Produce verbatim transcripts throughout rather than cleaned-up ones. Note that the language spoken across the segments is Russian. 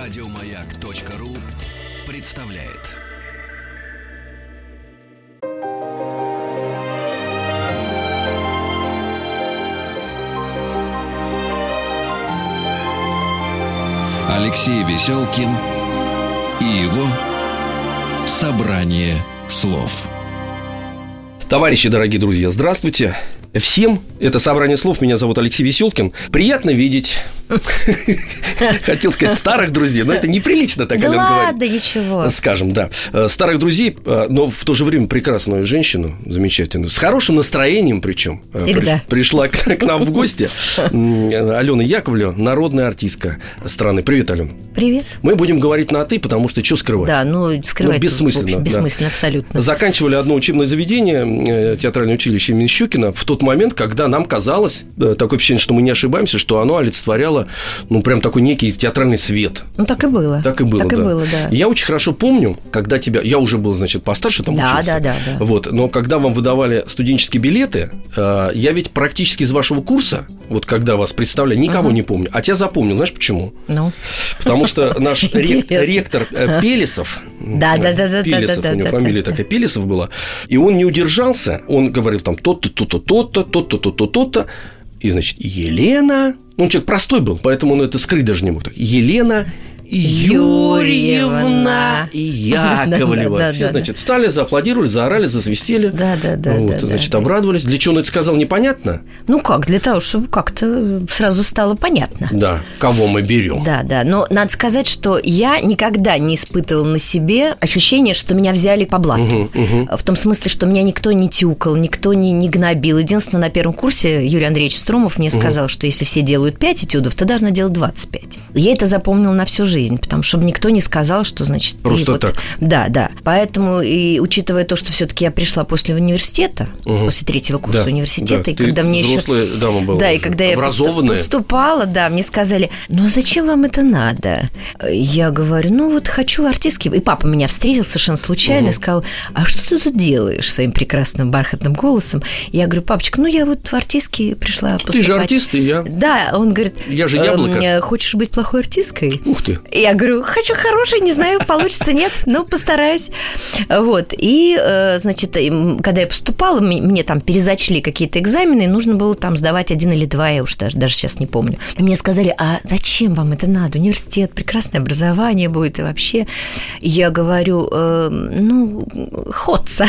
Радиомаяк.ру представляет. Алексей Веселкин и его собрание слов. Товарищи, дорогие друзья, здравствуйте. Всем, это собрание слов, меня зовут Алексей Веселкин. Приятно видеть, хотел сказать, старых друзей, но это неприлично так, Алена говорит. Да ладно, ничего. Скажем, да, старых друзей, но в то же время прекрасную женщину, замечательную, с хорошим настроением причем. Всегда. Пришла к нам в гости Алена Яковлева, народная артистка страны. Привет, Алена. Привет. Мы будем говорить на «ты», потому что что скрывать? Да, ну, скрывать ну, бессмысленно. Общем, бессмысленно, да. абсолютно. Заканчивали одно учебное заведение, театральное училище имени Щукина, в тот момент, когда нам казалось, такое впечатление, что мы не ошибаемся, что оно олицетворяло, ну, прям такой некий театральный свет. Ну, так и было. Так и было, так да. и было, да. Я очень хорошо помню, когда тебя... Я уже был, значит, постарше там да, учился. Да, да, да. Вот, но когда вам выдавали студенческие билеты, я ведь практически из вашего курса, вот когда вас представляли, никого uh-huh. не помню. А тебя запомнил, знаешь почему? Ну? Потому что наш ректор Пелесов, да, да, да, да, Пелесов, у него фамилия такая, Пелесов была, и он не удержался, он говорил там то-то, то-то, то-то, то-то, то-то, то-то, и, значит, Елена, ну, он человек простой был, поэтому он это скрыть даже не мог. Так, Елена Юрьевна Яковлева. Да, да, Все, да, значит, да. Стали, зааплодировали, заорали, засвистели. Да, да, да. Вот, да, значит, да, обрадовались. Для чего он это сказал, непонятно? Ну как, для того, чтобы как-то сразу стало понятно. Да, кого мы берем. Да, да. Но надо сказать, что я никогда не испытывала на себе ощущение, что меня взяли по блату. Угу, угу. В том смысле, что меня никто не тюкал, никто не, не гнобил. Единственное, на первом курсе Юрий Андреевич Стромов мне сказал, угу. что если все делают пять этюдов, ты должна делать двадцать пять. Я это запомнила на всю жизнь. Потому что чтобы никто не сказал, что, значит, просто вот... так. Да, да. Поэтому, и учитывая то, что все-таки я пришла после университета, угу. после третьего курса да, университета, да. и когда мне еще... дама была. Да, и когда я поступала, да, мне сказали, ну, зачем вам это надо? Я говорю, ну, вот хочу артистский... И папа меня встретил совершенно случайно угу. и сказал, а что ты тут делаешь своим прекрасным бархатным голосом? Я говорю, папочка, ну, я вот в артистский пришла поступать. Ты же артист, и я... Да, он говорит... Я же яблоко. Хочешь быть плохой артисткой? Ух ты. Я говорю, хочу хороший, не знаю, получится, нет, но постараюсь. Вот, и, значит, когда я поступала, мне там перезачли какие-то экзамены, и нужно было там сдавать один или два, я уж даже, даже сейчас не помню. Мне сказали, а зачем вам это надо? Университет, прекрасное образование будет и вообще. Я говорю, э, ну, ходца.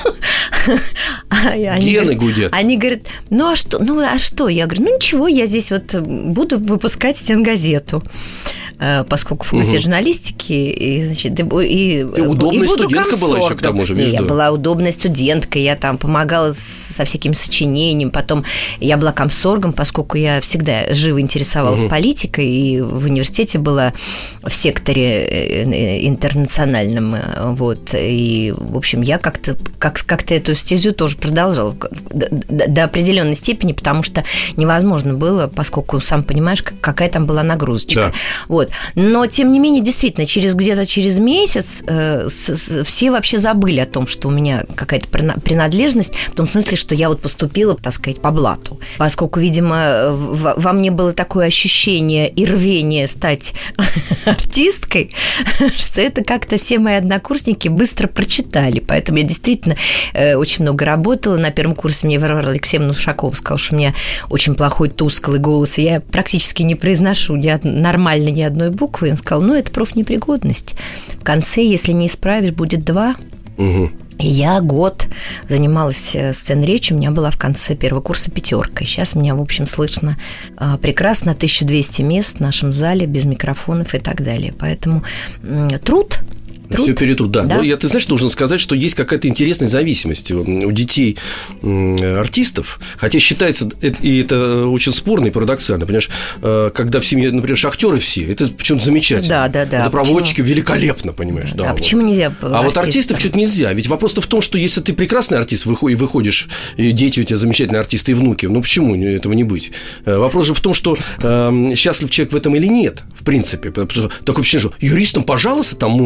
Гены гудят. Они говорят, ну, а что? Ну, а что? Я говорю, ну, ничего, я здесь вот буду выпускать стенгазету. Поскольку факультет угу. журналистики и, значит, и, и, и удобная и студентка была еще к тому же. Не, я была удобной студенткой, я там помогала с, со всякими сочинениями, потом я была комсоргом, поскольку я всегда живо интересовалась угу. политикой, и в университете была в секторе интернациональном, вот, и, в общем, я как-то, как, как-то эту стезю тоже продолжала до, до, до определенной степени, потому что невозможно было, поскольку, сам понимаешь, какая там была нагрузочка. Да. Вот. Но, тем не менее, действительно, через где-то через месяц э, с, с, все вообще забыли о том, что у меня какая-то принадлежность, в том смысле, что я вот поступила, так сказать, по блату. Поскольку, видимо, в, во мне было такое ощущение и рвение стать артисткой, что это как-то все мои однокурсники быстро прочитали. Поэтому я действительно э, очень много работала. На первом курсе мне Варвара Алексеевна Ушакова сказала, что у меня очень плохой тусклый голос, и я практически не произношу ни нормально ни одной буквы. И он сказал, ну, это профнепригодность. В конце, если не исправишь, будет два. Угу. И я год занималась сценной речью, у меня была в конце первого курса пятерка. И сейчас меня, в общем, слышно прекрасно, тысяча двести мест в нашем зале, без микрофонов и так далее. Поэтому труд... Труд? Все перетрут, да. да. Но я, ты знаешь, должен сказать, что есть какая-то интересная зависимость у детей артистов, хотя считается, и это очень спорно и парадоксально, понимаешь, когда в семье, например, шахтеры все, это почему-то замечательно. Да, да, да. Это проводчики великолепно, понимаешь. Да, а вот. Почему нельзя? А вот артистов что-то нельзя. Ведь вопрос-то в том, что если ты прекрасный артист, и выходишь, и дети у тебя замечательные артисты и внуки, ну почему этого не быть? Вопрос же в том, что э, счастлив человек в этом или нет, в принципе. Такое ощущение, что юристам, пожалуйста, там можно. Да, да.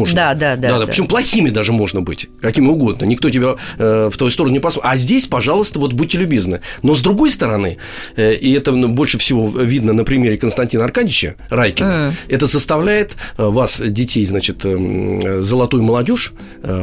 да, да. Да, да, да. причем плохими даже можно быть, какими угодно. Никто тебя э, в твою сторону не посмотрит. А здесь, пожалуйста, вот будьте любезны. Но с другой стороны, э, и это больше всего видно на примере Константина Аркадьевича Райкина, mm. это заставляет вас, детей, значит, э, золотую молодежь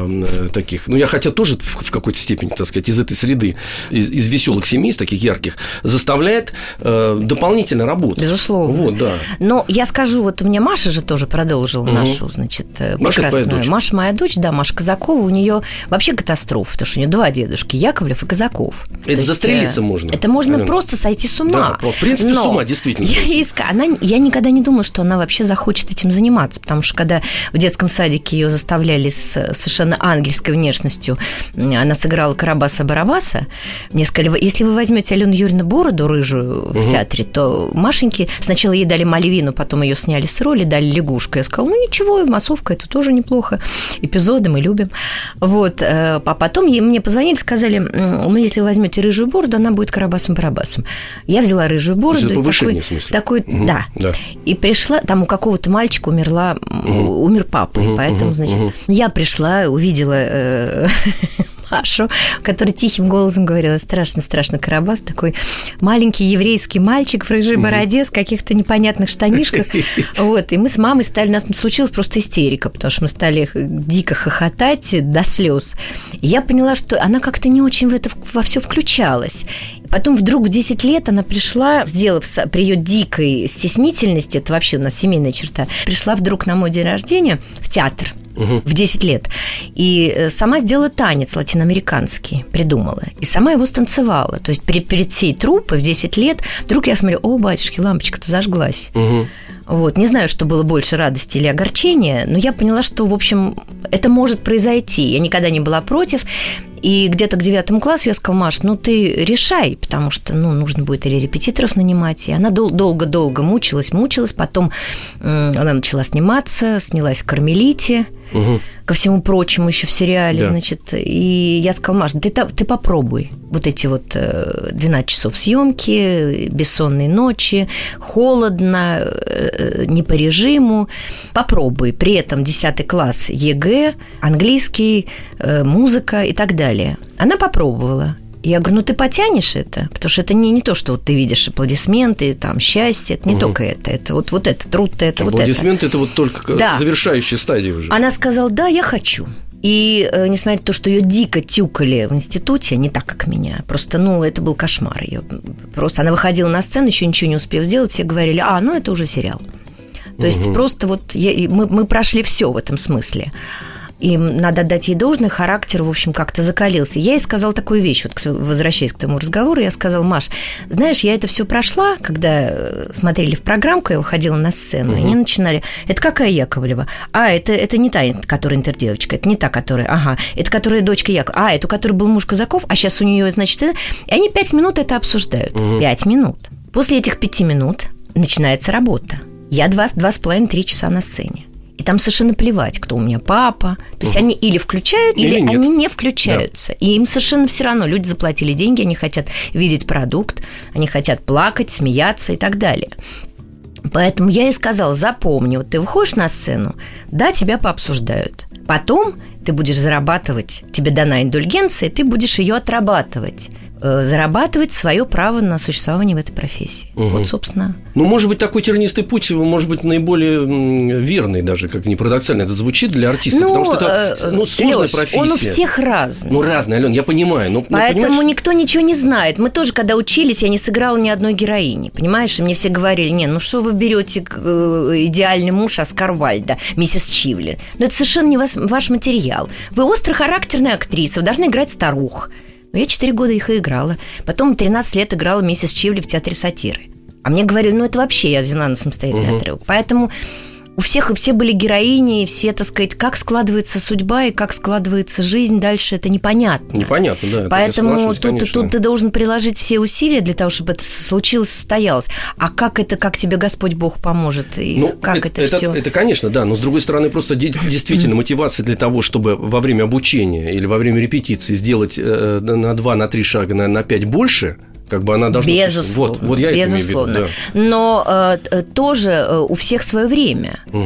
э, таких, ну, я хотя тоже в, в какой-то степени, так сказать, из этой среды, из, из веселых семей, из таких ярких, заставляет э, дополнительно работать. Безусловно. Вот, да. Но я скажу, вот у меня Маша же тоже продолжила угу. нашу, значит, Маша прекрасную. Маша моя дочь, да, Маша Казакова, у нее вообще катастрофа, потому что у нее два дедушки, Яковлев и Казаков. Это есть, застрелиться можно. Это можно Алена. Просто сойти с ума. Да, в принципе, Но с ума, действительно. Я, иск... она... я никогда не думала, что она вообще захочет этим заниматься, потому что когда в детском садике ее заставляли с совершенно ангельской внешностью, она сыграла Карабаса-Барабаса, мне сказали, если вы возьмете Алену Юрьевну Бороду, рыжую, в угу. театре, то Машеньке сначала ей дали Мальвину, потом ее сняли с роли, дали лягушку. Я сказала, ну ничего, массовка, это тоже неплохо, эпизоды мы любим. Вот. А потом мне позвонили, сказали, ну если вы возьмете рыжую бороду, она будет Карабасом-Барабасом. Я взяла рыжую бороду. Это повышение, такой, в смысле? Такой, угу. да. да. И пришла, там у какого-то мальчика умерла, угу. умер папа, угу. поэтому, значит, угу. я пришла, увидела... Машу, которая тихим голосом говорила, страшно-страшно Карабас, такой маленький еврейский мальчик в рыжей бороде с каких-то непонятных штанишках. Вот, и мы с мамой стали, у нас случилась просто истерика, потому что мы стали дико хохотать до слез. И я поняла, что она как-то не очень в это во все включалась. Потом вдруг в десять лет она пришла, сделав при ее дикой стеснительности, это вообще у нас семейная черта, пришла вдруг на мой день рождения в театр. Угу. В десять лет. И сама сделала танец латиноамериканский, придумала. И сама его станцевала. То есть перед, перед всей труппой в десять лет вдруг я смотрю, о, батюшки, лампочка-то зажглась. Угу. Вот. Не знаю, что было больше радости или огорчения, но я поняла, что, в общем, это может произойти. Я никогда не была против. И где-то к девятому классу я сказала, Маш, ну ты решай, потому что ну, нужно будет или репетиторов нанимать. И она дол- долго-долго мучилась, мучилась. Потом э, она начала сниматься, снялась в «Кармелите». Угу. Ко всему прочему, еще в сериале, да. значит. И я сказала, Маш, ты, ты попробуй. Вот эти вот двенадцать часов съемки, бессонные ночи, холодно, не по режиму. Попробуй. При этом десятый класс ЕГЭ, английский, музыка и так далее. Она попробовала. Я говорю, ну ты потянешь это, потому что это не, не то, что вот ты видишь аплодисменты, там, счастье, это не угу. только это, это вот, вот это, труд-то, это вот это. Аплодисменты – это вот только да. завершающая стадия уже. Она сказала, да, я хочу. И э, несмотря на то, что ее дико тюкали в институте, не так, как меня, просто, ну, это был кошмар ее. Просто она выходила на сцену, еще ничего не успев сделать, все говорили, а, ну, это уже сериал. То угу. есть просто вот я, мы, мы прошли все в этом смысле. И надо отдать ей должное, характер, в общем, как-то закалился. Я ей сказала такую вещь, вот возвращаясь к тому разговору, я сказала, Маш, знаешь, я это все прошла, когда смотрели в программку, я выходила на сцену, угу. и они начинали, это какая Яковлева? А, это, это не та, которая интердевочка, это не та, которая, ага, это которая дочка Якова, а, это у которой был муж Казаков, а сейчас у нее, значит, и они пять минут это обсуждают, угу. пять минут. После этих пяти минут начинается работа. Я два, два с половиной, три часа на сцене. И там совершенно плевать, кто у меня папа. То есть угу. они или включают, или, или они не включаются. Да. И им совершенно все равно. Люди заплатили деньги, они хотят видеть продукт, они хотят плакать, смеяться и так далее. Поэтому я ей сказала, запомни, вот ты выходишь на сцену, да, тебя пообсуждают. Потом ты будешь зарабатывать, тебе дана индульгенция, и ты будешь ее отрабатывать. Зарабатывать свое право на существование в этой профессии. Угу. Вот, собственно. Ну, может быть, такой тернистый путь, может быть, наиболее верный, даже как ни парадоксально это звучит для артиста, ну, потому что это ну, сложная Лёш, профессия. Он у всех разный. Ну, разный, Алён, я понимаю. Но, Поэтому но, никто ничего не знает. Мы тоже, когда учились, я не сыграла ни одной героини, понимаешь? И мне все говорили, не, ну что вы берете идеальный муж Оскар Вальда, миссис Чивли? Ну, это совершенно не ваш, ваш материал. Вы острохарактерная актриса, вы должны играть старух. Я четыре года их и играла. Потом тринадцать лет играла миссис Чивли в театре сатиры. А мне говорили, ну это вообще я взяла на самостоятельный угу. отрыв. Поэтому у всех и все были героини, и все, так сказать, как складывается судьба и как складывается жизнь дальше, это непонятно. Непонятно, да. Поэтому тут, тут ты должен приложить все усилия для того, чтобы это случилось, состоялось. А как это, как тебе Господь Бог поможет? И ну, как это, это, это все? Это, конечно, да, но с другой стороны, просто действительно мотивация для того, чтобы во время обучения или во время репетиции сделать на два, на три шага, на, на пять больше. Как бы она должна... Безусловно. Вот, вот я Безусловно. это имею в виду, да. Но э, тоже у всех свое время. Угу.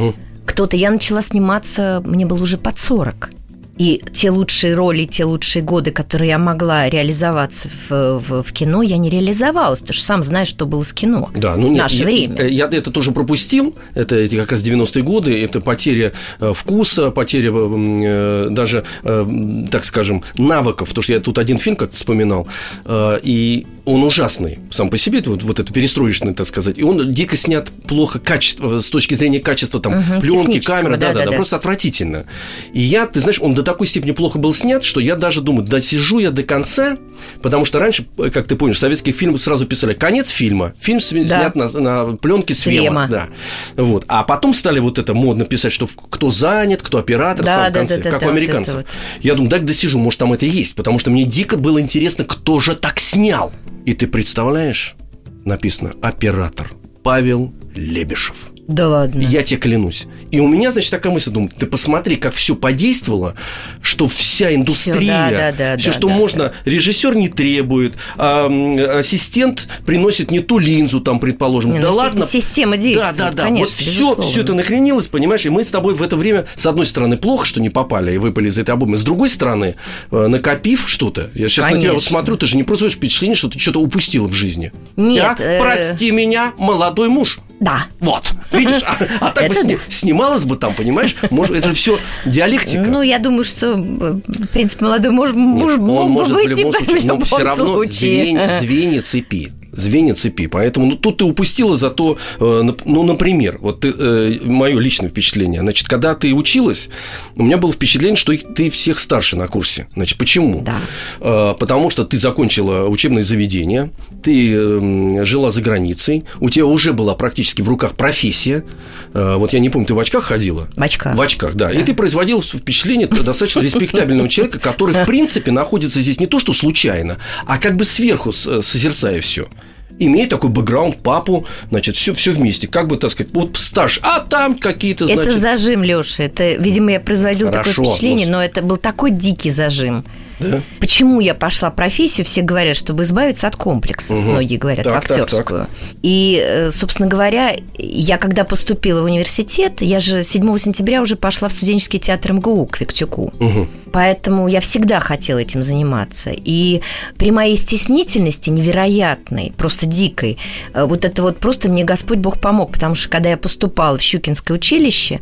кто-то... Я начала сниматься, мне было уже под сорок. И те лучшие роли, те лучшие годы, которые я могла реализоваться в, в, в кино, я не реализовалась, потому что сам знаешь, что было с кино да, ну, в нет, наше я, время. Я это тоже пропустил, это эти как раз девяностые годы, это потеря вкуса, потеря э, даже, э, так скажем, навыков, потому что я тут один фильм как-то вспоминал, э, и он ужасный сам по себе, вот, вот это перестроечный, так сказать, и он дико снят плохо качество, с точки зрения качества там, угу, пленки, камеры, да, да, да, да, просто отвратительно. И я, ты знаешь, он до такой степени плохо был снят, что я даже думаю, досижу я до конца, потому что раньше, как ты помнишь, в советских фильмах сразу писали конец фильма, фильм снят да. на, на пленке Свема, да. Вот. А потом стали вот это модно писать, что кто занят, кто оператор, да, в самом да, конце, да, как да, у американцев. Вот вот. Я думаю, дай досижу, может, там это есть, потому что мне дико было интересно, кто же так снял. И ты представляешь, написано «Оператор Павел Лебешев». Да ладно. Я тебе клянусь. И у меня, значит, такая мысль, думаю, ты посмотри, как все подействовало, что вся индустрия, все, да, да, да, все, да, что да, можно, да. режиссер не требует, а, ассистент приносит не ту линзу, там, предположим. Не, да ладно. Система действует, да, да, да. Конечно, вот все, все это накренилось, понимаешь, и мы с тобой в это время, с одной стороны, плохо, что не попали и выпали из этой обоймы, с другой стороны, накопив что-то, я сейчас конечно. на тебя вот смотрю, ты же не производишь впечатление, что ты что-то упустила в жизни. Нет. Я, прости меня, молодой муж. Да. Вот, видишь, а, а так бы сни, снималась бы там, понимаешь? Может, это же все диалектика. Ну, я думаю, что, в принципе, молодой муж, муж Нет, мог он может бы в любом случае, но все равно случае. звенья, звенья цепи. Звенья цепи. Поэтому ну, тут ты упустила зато, э, ну, например, вот ты, э, мое личное впечатление. Значит, когда ты училась, у меня было впечатление, что ты всех старше на курсе. Значит, почему? Да. Э, потому что ты закончила учебное заведение, ты э, жила за границей, у тебя уже была практически в руках профессия. Э, вот я не помню, ты в очках ходила? В очках. В очках, да. да. И ты производила впечатление достаточно респектабельного человека, который, в принципе, находится здесь не то, что случайно, а как бы сверху созерцая все. Имеет такой бэкграунд, папу, значит, все, все вместе, как бы, так сказать, вот стаж, а там какие-то, значит... Это зажим, Лёша, это, видимо, я производила Хорошо, такое впечатление, но... но это был такой дикий зажим. Да? Почему я пошла в профессию? Все говорят, чтобы избавиться от комплексов. Угу. Многие говорят, так, в актерскую. Так, так. И, собственно говоря, я когда поступила в университет, я же седьмого сентября уже пошла в студенческий театр эм гэ у к Виктюку. Угу. Поэтому я всегда хотела этим заниматься. И при моей стеснительности невероятной, просто дикой, вот это вот просто мне Господь Бог помог. Потому что когда я поступала в Щукинское училище,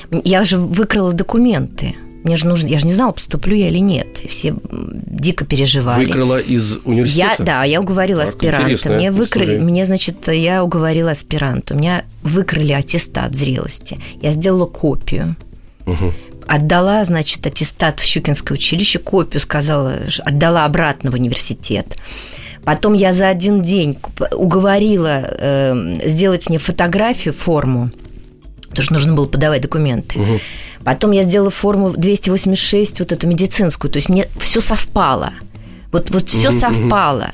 я же выкрала документы. Мне же нужно, я же не знала, поступлю я или нет. И все дико переживали. Выкрала из университета? Я, да, я уговорила так, аспиранта. Мне выкрали, мне, значит, я уговорила аспиранта. У меня выкрали аттестат зрелости. Я сделала копию. Угу. Отдала, значит, аттестат в Щукинское училище, копию сказала, отдала обратно в университет. Потом я за один день уговорила э, сделать мне фотографию, форму, потому что нужно было подавать документы. Угу. Потом я сделала форму двести восемьдесят шесть, вот эту медицинскую. То есть мне все совпало. Вот, вот все угу, совпало.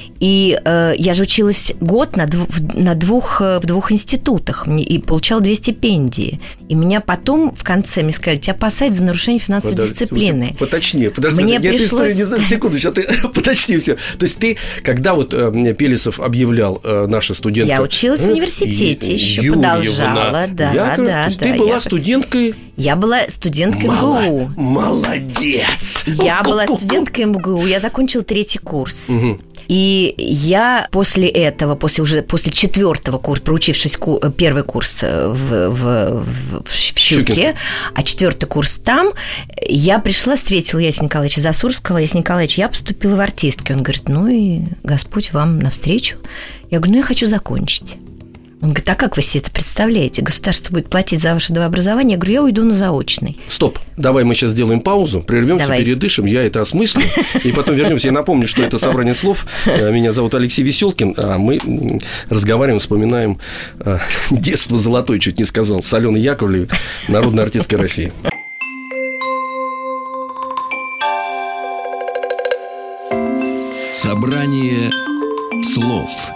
И э, я же училась год на, дв- на двух, в двух институтах и получала две стипендии. И меня потом в конце мне сказали, тебя посадят за нарушение финансовой подожди, дисциплины. Поточнее, подожди, мне я пришлось... эту историю не знаю, секунду, сейчас ты поточнее все. То есть ты, когда вот э, Пелесов объявлял э, наша студентка... Я училась э, в университете и, еще, продолжала. Да, Яков, да, то есть да, ты была я... студенткой... Я была студенткой эм гэ у. Молодец! Я была студенткой эм гэ у, я закончила третий курс. Угу. И я после этого, после уже после четвертого курса, проучившись ку- первый курс в, в, в, в Щуке, а четвертый курс там, я пришла, встретила Ясения Николаевича Засурского. Ясень Николаевич, я поступила в артистки. Он говорит, ну и Господь вам навстречу. Я говорю, ну я хочу закончить. Он говорит, а как вы себе это представляете? Государство будет платить за ваше два образования? Я говорю, я уйду на заочный. Стоп, давай мы сейчас сделаем паузу, прервемся, давай. Передышим, я это осмыслю, и потом вернемся. Я напомню, что это собрание слов. Меня зовут Алексей Веселкин, а мы разговариваем, вспоминаем детство золотое, чуть не сказал, с Аленой Яковлевой, народной артисткой России. Собрание слов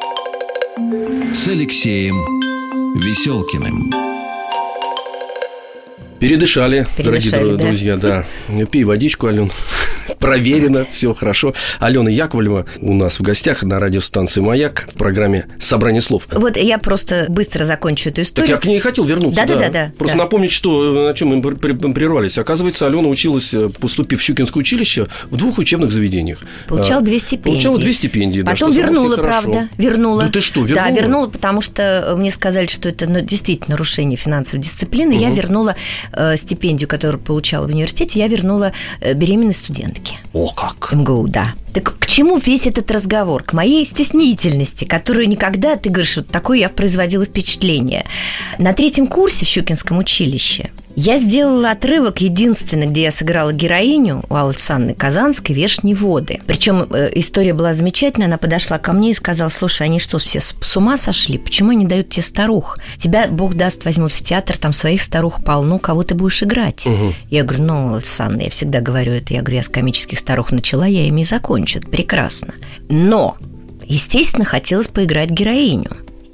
с Алексеем Веселкиным. Передышали, Передышали, дорогие да. друзья, да. Пей водичку, Ален. проверено, все хорошо. Алена Яковлева у нас в гостях на радиостанции «Маяк» в программе «Собрание слов». Вот я просто быстро закончу эту историю. Так я к ней хотел вернуться. Да, да, да. да просто да. напомнить, что, на чем мы прервались. Оказывается, Алена училась, поступив в Щукинское училище, в двух учебных заведениях. Получала две стипендии. Получала две стипендии, да. Потом вернула, правда. Вернула. Да ты что, вернула? Да, вернула, потому что мне сказали, что это ну, действительно нарушение финансовой дисциплины. Угу. Я вернула э, стипендию, которую получала в университете, я вернула э, беременной студентке. О, как! эм гэ у, да. Так к чему весь этот разговор? К моей стеснительности, которую никогда, ты говоришь, вот такое я производила впечатление. На третьем курсе в Щукинском училище я сделала отрывок, единственный, где я сыграла героиню у Аллы Санны Казанской, «Вешние воды». Причем э, история была замечательная. Она подошла ко мне и сказала: слушай, они что, все с, с ума сошли? Почему они дают тебе старух? Тебя, Бог даст, возьмут в театр, там своих старух полно, кого ты будешь играть? Угу. Я говорю: ну, Алла Санна, я всегда говорю это. Я говорю, я с комических старух начала, я ими и закончу. Это прекрасно. Но, естественно, хотелось поиграть героиню.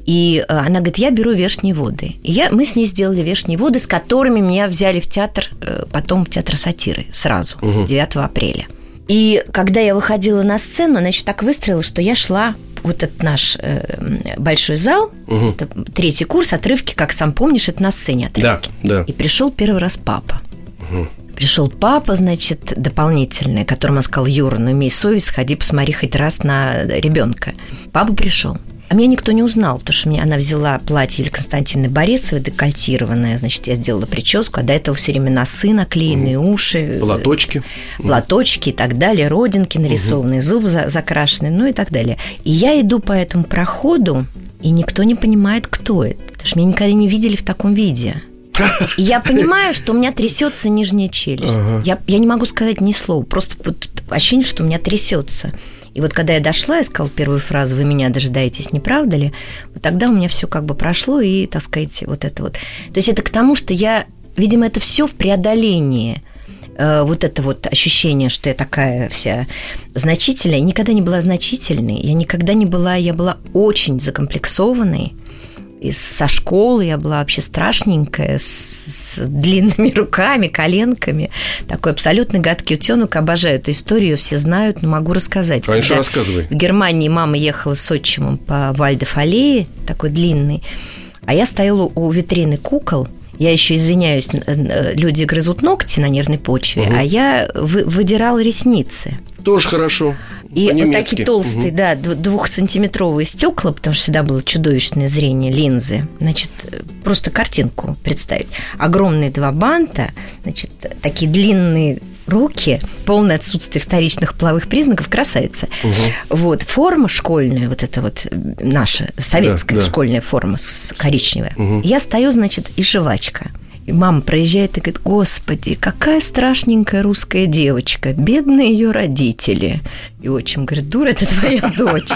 И она говорит: я беру «Вешние воды». И я, мы с ней сделали «Вешние воды», с которыми меня взяли в театр, потом в театр сатиры сразу, угу. девятого апреля. И когда я выходила на сцену, она еще так выстроила, что я шла вот этот наш э, большой зал, угу. это третий курс, отрывки, как сам помнишь, это на сцене отрывки. Да, да. И пришел первый раз папа. Угу. Пришел папа, значит, дополнительный, которому он сказал: Юра, ну имей совесть, сходи, посмотри хоть раз на ребенка. Папа пришел. А меня никто не узнал, потому что мне, она взяла платье Юлии Константиновны Борисовой, декольтированное, значит, я сделала прическу, а до этого все время носы наклеенные, mm. уши. Платочки. Платочки и так далее, родинки нарисованные, mm-hmm. зубы за- закрашенные, ну и так далее. И я иду по этому проходу, и никто не понимает, кто это, потому что меня никогда не видели в таком виде. И я понимаю, что у меня трясется нижняя челюсть. Uh-huh. Я, я не могу сказать ни слова, просто вот ощущение, что у меня трясется. И вот когда я дошла и сказала первую фразу: «Вы меня дожидаетесь, не правда ли?», вот тогда у меня все как бы прошло, и, так сказать, вот это вот. То есть это к тому, что я, видимо, это все в преодолении. Э, вот это вот ощущение, что я такая вся значительная. Я никогда не была значительной, я никогда не была, я была очень закомплексованной. И со школы я была вообще страшненькая, с, с длинными руками, коленками. Такой абсолютно гадкий утенок. Обожаю эту историю, все знают, но могу рассказать. Конечно, рассказывай. В Германии мама ехала с отчимом по Вальдорф-аллее, такой длинный, а я стояла у витрины кукол. Я еще извиняюсь, люди грызут ногти на нервной почве, угу. а я вы, выдирала ресницы. Тоже хорошо. И вот такие толстые, угу. да, двухсантиметровые стекла, потому что всегда было чудовищное зрение, линзы. Значит, просто картинку представить. Огромные два банта, значит, такие длинные руки, полное отсутствие вторичных половых признаков, красавица. Угу. Вот, форма школьная, вот эта вот наша советская да, да. школьная форма коричневая. Угу. Я стою, значит, и жвачка. И мама проезжает и говорит: господи, какая страшненькая русская девочка, бедные ее родители. И отчим говорит: дура, это твоя дочь.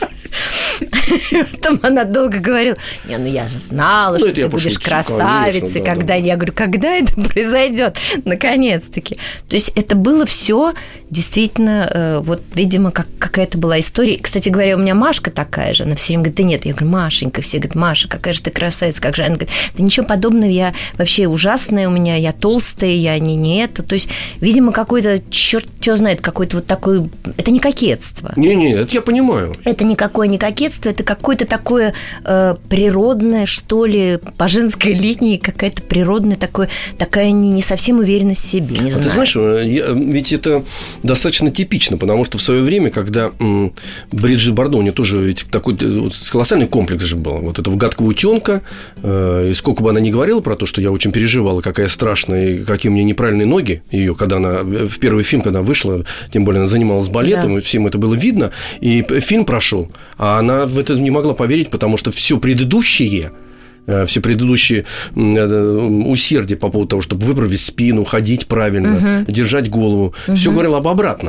Потом она долго говорила: не, ну я же знала, ну, что ты будешь красавицей, конечно, когда... Да, да. Я говорю: когда это произойдет? Наконец-таки. То есть это было все действительно, вот, видимо, как, какая-то была история. Кстати говоря, у меня Машка такая же, она все время говорит: да нет. Я говорю: Машенька. Все говорят: Маша, какая же ты красавица, как же. Она говорит: да ничего подобного, я вообще ужасная у меня, я толстая, я не, не это. То есть, видимо, какой-то, черт его знает, какой-то вот такой... Это не кокетство. Не-не, это я понимаю. Это никакое не кокетство, это какое-то такое э, природное, что ли, по женской линии, какая-то природная такое, такая не, не совсем уверенность в себе, не а знаю. Ты знаешь, я, ведь это достаточно типично, потому что в свое время, когда м, Бриджит Бардо, у нее тоже ведь такой вот, колоссальный комплекс же был, вот этого гадкого утенка, э, и сколько бы она ни говорила про то, что я очень переживала, какая страшная, и какие у меня неправильные ноги ее, когда она, в первый фильм, когда она вышла, тем более она занималась балетом, да. и всем это было видно, и фильм прошел, а она в это не могла поверить, потому что все предыдущее, все предыдущие усердия по поводу того, чтобы выправить спину, ходить правильно, угу. держать голову, угу. все говорило об обратном.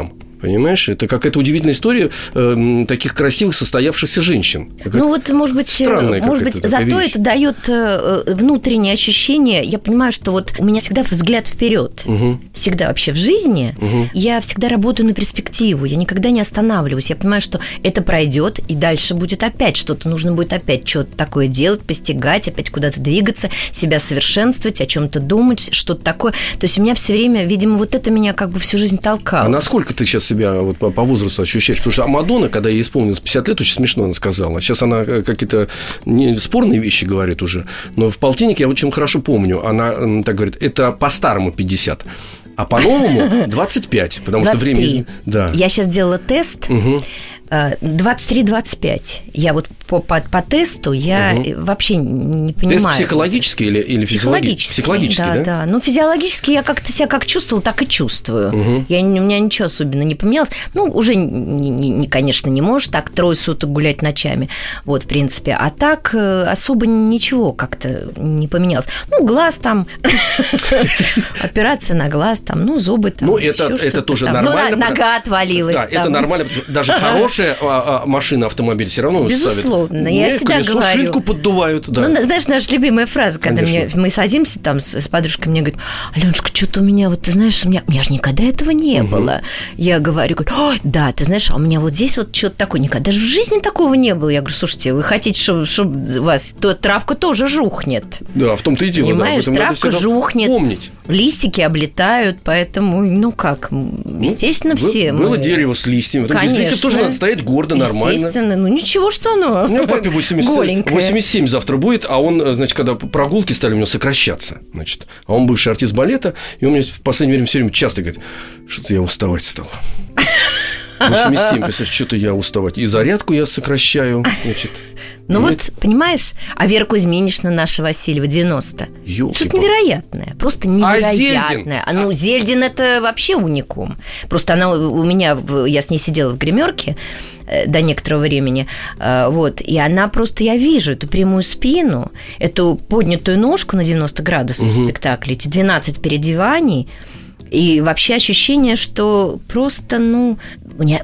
Понимаешь? Это какая-то удивительная история э, таких красивых, состоявшихся женщин. Какая-то ну вот, может быть, может быть зато вещь. Это дает э, внутреннее ощущение. Я понимаю, что вот у меня всегда взгляд вперед. Угу. Всегда вообще в жизни. Угу. Я всегда работаю на перспективу. Я никогда не останавливаюсь. Я понимаю, что это пройдет, и дальше будет опять что-то. Нужно будет опять что-то такое делать, постигать, опять куда-то двигаться, себя совершенствовать, о чем-то думать, что-то такое. То есть у меня все время, видимо, вот это меня как бы всю жизнь толкало. А насколько ты сейчас себя вот по, по возрасту ощущаешь? Потому что Мадонна, когда ей исполнилось пятьдесят лет, очень смешно она сказала. Сейчас она какие-то не спорные вещи говорит уже. Но в «Полтиннике» я очень хорошо помню. Она так говорит, это по-старому пятьдесят. А по-новому двадцать пять, потому двадцать три. Что время... Да. Я сейчас делала тест. Угу. двадцать три двадцать пять. Я вот по, по, по тесту я угу. вообще не понимаю. Тест психологический или, или психологический? Психологический, да, да? Да, ну, физиологически я как-то себя как чувствовала, так и чувствую. Угу. Я, у меня ничего особенно не поменялось. Ну, уже, не, не, конечно, не можешь так трое суток гулять ночами. Вот, в принципе. А так особо ничего как-то не поменялось. Ну, глаз там, операция на глаз, там, ну, зубы там. Ну, это тоже нормально. Ну, нога отвалилась. Да, это нормально. Даже хорошая машина, автомобиль все равно ставят. Безусловно, я Нет, всегда колесо, говорю. Шинку поддувают, да. Ну, знаешь, наша любимая фраза, когда мне, мы садимся там с, с подружкой, мне говорят, Алёнушка, что-то у меня, вот ты знаешь, у меня, у меня же никогда этого не угу. было. Я говорю, говорю, да, ты знаешь, а у меня вот здесь вот что-то такое, никогда даже в жизни такого не было. Я говорю, слушайте, вы хотите, чтобы, чтобы у вас то, травка тоже жухнет. Да, в том-то и дело. Понимаешь, да, травка жухнет, помнить. Листики облетают, поэтому, ну как, естественно, ну, все. Было мы... дерево с листьями. Конечно. Без листьев тоже надо стоять гордо, нормально. Естественно, ну ничего, что оно. У меня папе восемьдесят семь завтра будет, а он, значит, когда прогулки стали у него сокращаться, значит, а он бывший артист балета, и он мне в последнее время все время часто говорит, что-то я уставать стал. восемьдесят семь, представляешь, что-то я уставать. И зарядку я сокращаю, значит. Ну вот, понимаешь, а Вера Кузьминична наша Васильева, девяносто. Что-то невероятное, просто невероятное. А, а ну, Зельдин – это вообще уникум. Просто она у меня, я с ней сидела в гримерке до некоторого времени, вот, и она просто, я вижу эту прямую спину, эту поднятую ножку на девяносто градусов угу. в спектакле, эти двенадцать переодеваний. И вообще ощущение, что просто, ну, я,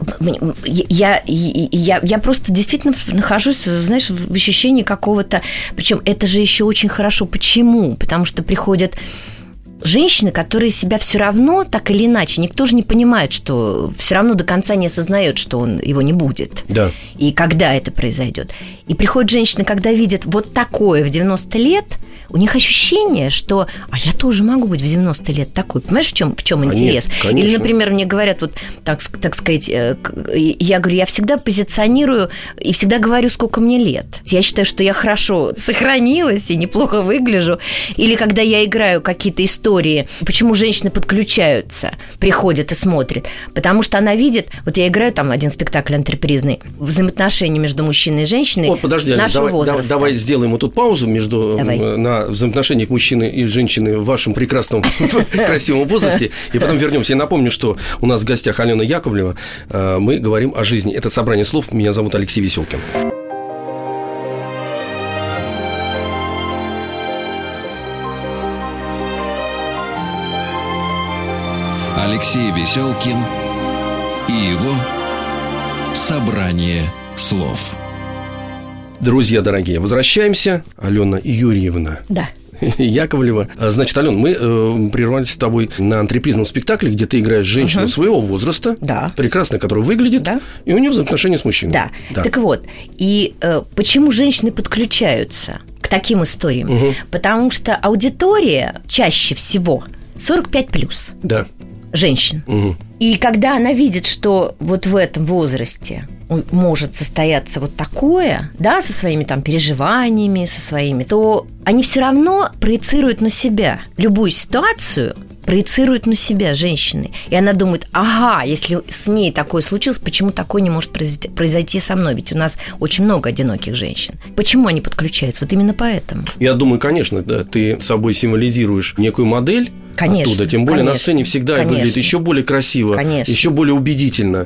я, я, я просто действительно нахожусь, знаешь, в ощущении какого-то... Причем это же еще очень хорошо. Почему? Потому что приходят женщины, которые себя все равно, так или иначе, никто же не понимает, что все равно до конца не осознает, что он, его не будет. Да. И когда это произойдет. И приходят женщины, когда видят вот такое в девяносто лет, у них ощущение, что а я тоже могу быть в девяносто лет такой. Понимаешь, в чем, в чем интерес? Конечно. Или, например, мне говорят, вот так, так сказать, я говорю, я всегда позиционирую и всегда говорю, сколько мне лет. Я считаю, что я хорошо сохранилась и неплохо выгляжу. Или когда я играю какие-то истории, почему женщины подключаются, приходят и смотрят. Потому что она видит, вот я играю там один спектакль антрепризный, взаимоотношения между мужчиной и женщиной вот, подожди, нашего давай, возраста. Давай сделаем вот тут паузу между давай. на взаимоотношениях мужчины и женщины в вашем прекрасном, красивом возрасте. И потом вернемся. Я напомню, что у нас в гостях Алена Яковлева. Мы говорим о жизни. Это «Собрание слов». Меня зовут Алексей Веселкин. Алексей Веселкин и его «Собрание слов». Друзья дорогие, возвращаемся. Алена Юрьевна. Да. Яковлева. Значит, Алена, мы э, прервались с тобой на антрепризном спектакле, где ты играешь женщину угу. своего возраста, да. прекрасная, которая выглядит, да. и у нее взаимоотношения с мужчиной. Да. да. Так вот, и э, почему женщины подключаются к таким историям? Угу. Потому что аудитория чаще всего сорок пять плюс. Да. Женщин. Угу. И когда она видит, что вот в этом возрасте может состояться вот такое, да, со своими там переживаниями, со своими, то они все равно проецируют на себя любую ситуацию, проецируют на себя женщины. И она думает, ага, если с ней такое случилось, почему такое не может произойти со мной? Ведь у нас очень много одиноких женщин. Почему они подключаются? Вот именно поэтому. Я думаю, конечно, да, ты собой символизируешь некую модель, Конечно, оттуда. Тем более конечно, на сцене всегда конечно. выглядит еще более красиво, Конечно. еще более убедительно.